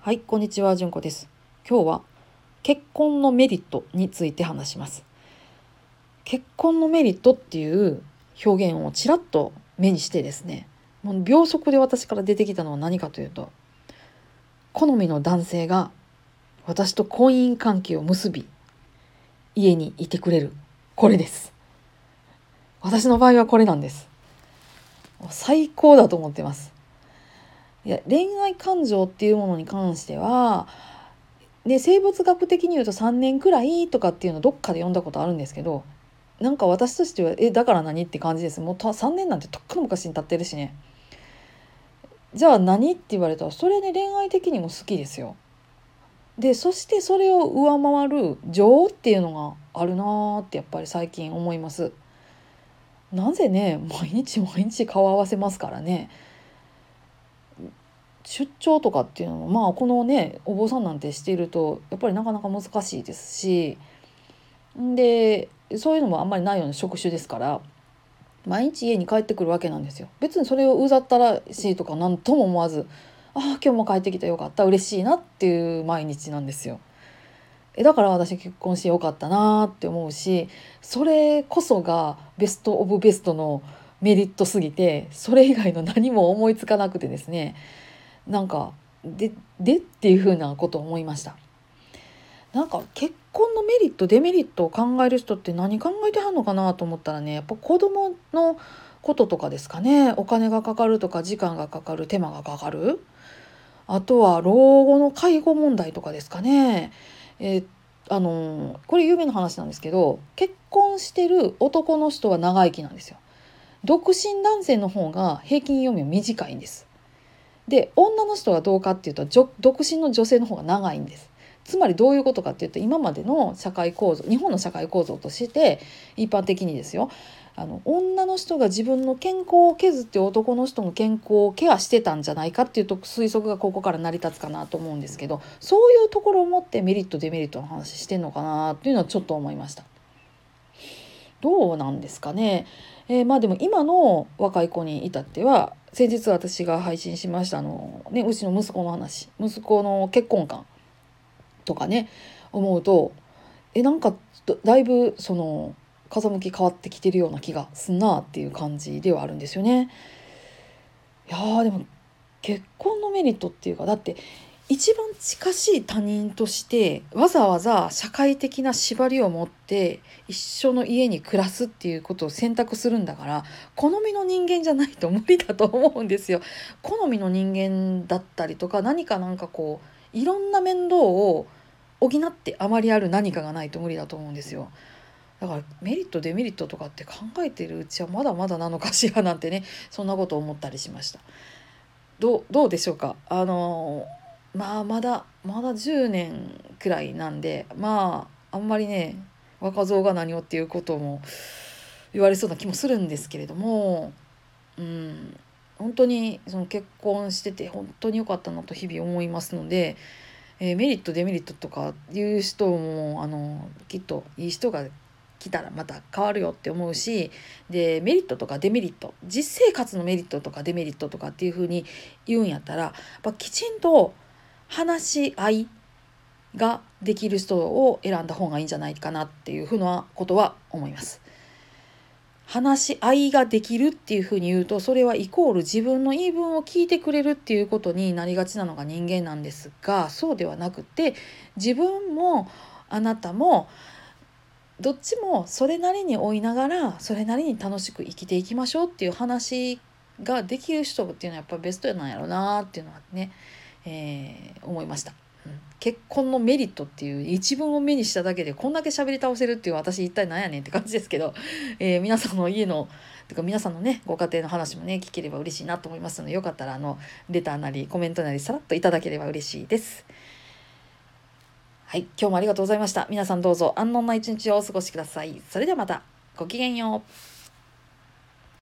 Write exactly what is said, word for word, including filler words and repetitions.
はい、こんにちは、じゅんこです。今日は結婚のメリットについて話します。結婚のメリットっていう表現をちらっと目にしてですね、もう秒速で私から出てきたのは何かというと、好みの男性が私と婚姻関係を結び、家にいてくれる。これです。私の場合はこれなんです。最高だと思ってます。いや、恋愛感情っていうものに関してはね、生物学的に言うとさんねんくらいとかっていうのをどっかで読んだことあるんですけど、なんか私としてはえだから何って感じです。もうさんねんなんてとっくの昔に経ってるしね。じゃあ何って言われたら、それで恋愛的にも好きですよ。でそしてそれを上回る情っていうのがあるなーってやっぱり最近思います。なぜね、毎日毎日顔合わせますからね。出張とかっていうのもまあこのねお坊さんなんてしているとやっぱりなかなか難しいですし、でそういうのもあんまりないような職種ですから、毎日家に帰ってくるわけなんですよ。別にそれをうざったらしいとか何とも思わず、ああ今日も帰ってきてよかった、嬉しいなっていう毎日なんですよ。えだから私結婚してよかったなって思うし、それこそがベストオブベストのメリットすぎて、それ以外の何も思いつかなくてですね、なんかででっていうふうなことを思いました。なんか結婚のメリットデメリットを考える人って何考えてはんのかなと思ったらね、やっぱ子供のこととかですかね。お金がかかるとか時間がかかる、手間がかかる、あとは老後の介護問題とかですかね。えーあのこれ有名な話なんですけど、結婚してる男の人は長生きなんですよ。独身男性の方が平均寿命短いんです。で女の人はどうかっていうと、独身の女性の方が長いんです。つまりどういうことかっていうと、今までの社会構造、日本の社会構造として一般的にですよ、あの女の人が自分の健康を削って男の人の健康をケアしてたんじゃないかっていうと推測がここから成り立つかなと思うんですけど、そういうところをもってメリットデメリットの話してんのかなっていうのはちょっと思いました。どうなんですかね。えー、まあでも今の若い子に至っては、先日私が配信しましたあの、ね、うちの息子の話、息子の結婚観とかね思うと、えなんかだいぶその風向き変わってきてるような気がすんなっていう感じではあるんですよね。いやーでも結婚のメリットっていうか、だって一番近しい他人としてわざわざ社会的な縛りを持って一緒の家に暮らすっていうことを選択するんだから、好みの人間じゃないと無理だと思うんですよ。好みの人間だったりとか、何かなんかこういろんな面倒を補ってあまりある何かがないと無理だと思うんですよ。だからメリットデメリットとかって考えてるうちはまだまだなのかしらなんてね、そんなことを思ったりしました。どう、どうでしょうか。あのまあまだまだじゅうねんくらいなんで、まああんまりね若造が何をっていうことも言われそうな気もするんですけれども、うん本当にその結婚してて本当に良かったなと日々思いますので、えーメリットデメリットとかいう人もあのきっといい人が来たらまた変わるよって思うし、でメリットとかデメリット、実生活のメリットとかデメリットとかっていう風に言うんやったら、やっぱきちんと話し合いができる人を選んだ方がいいんじゃないかなっていうふうなことは思います。話し合いができるっていうふうに言うと、それはイコール自分の言い分を聞いてくれるっていうことになりがちなのが人間なんですが、そうではなくて、自分もあなたもどっちもそれなりに追いながらそれなりに楽しく生きていきましょうっていう話ができる人っていうのはやっぱベストなんやろうなっていうのはね、えー思いました。うん、結婚のメリットっていう一文を目にしただけでこんだけ喋り倒せるっていう、私一体何やねんって感じですけど、えー皆さんの家のてか皆さんのねご家庭の話もね聞ければ嬉しいなと思いますので、よかったらあのレターなりコメントなりさらっといただければ嬉しいです。はい、今日もありがとうございました。皆さんどうぞ安穏な一日をお過ごしください。それではまた。ごきげんよう。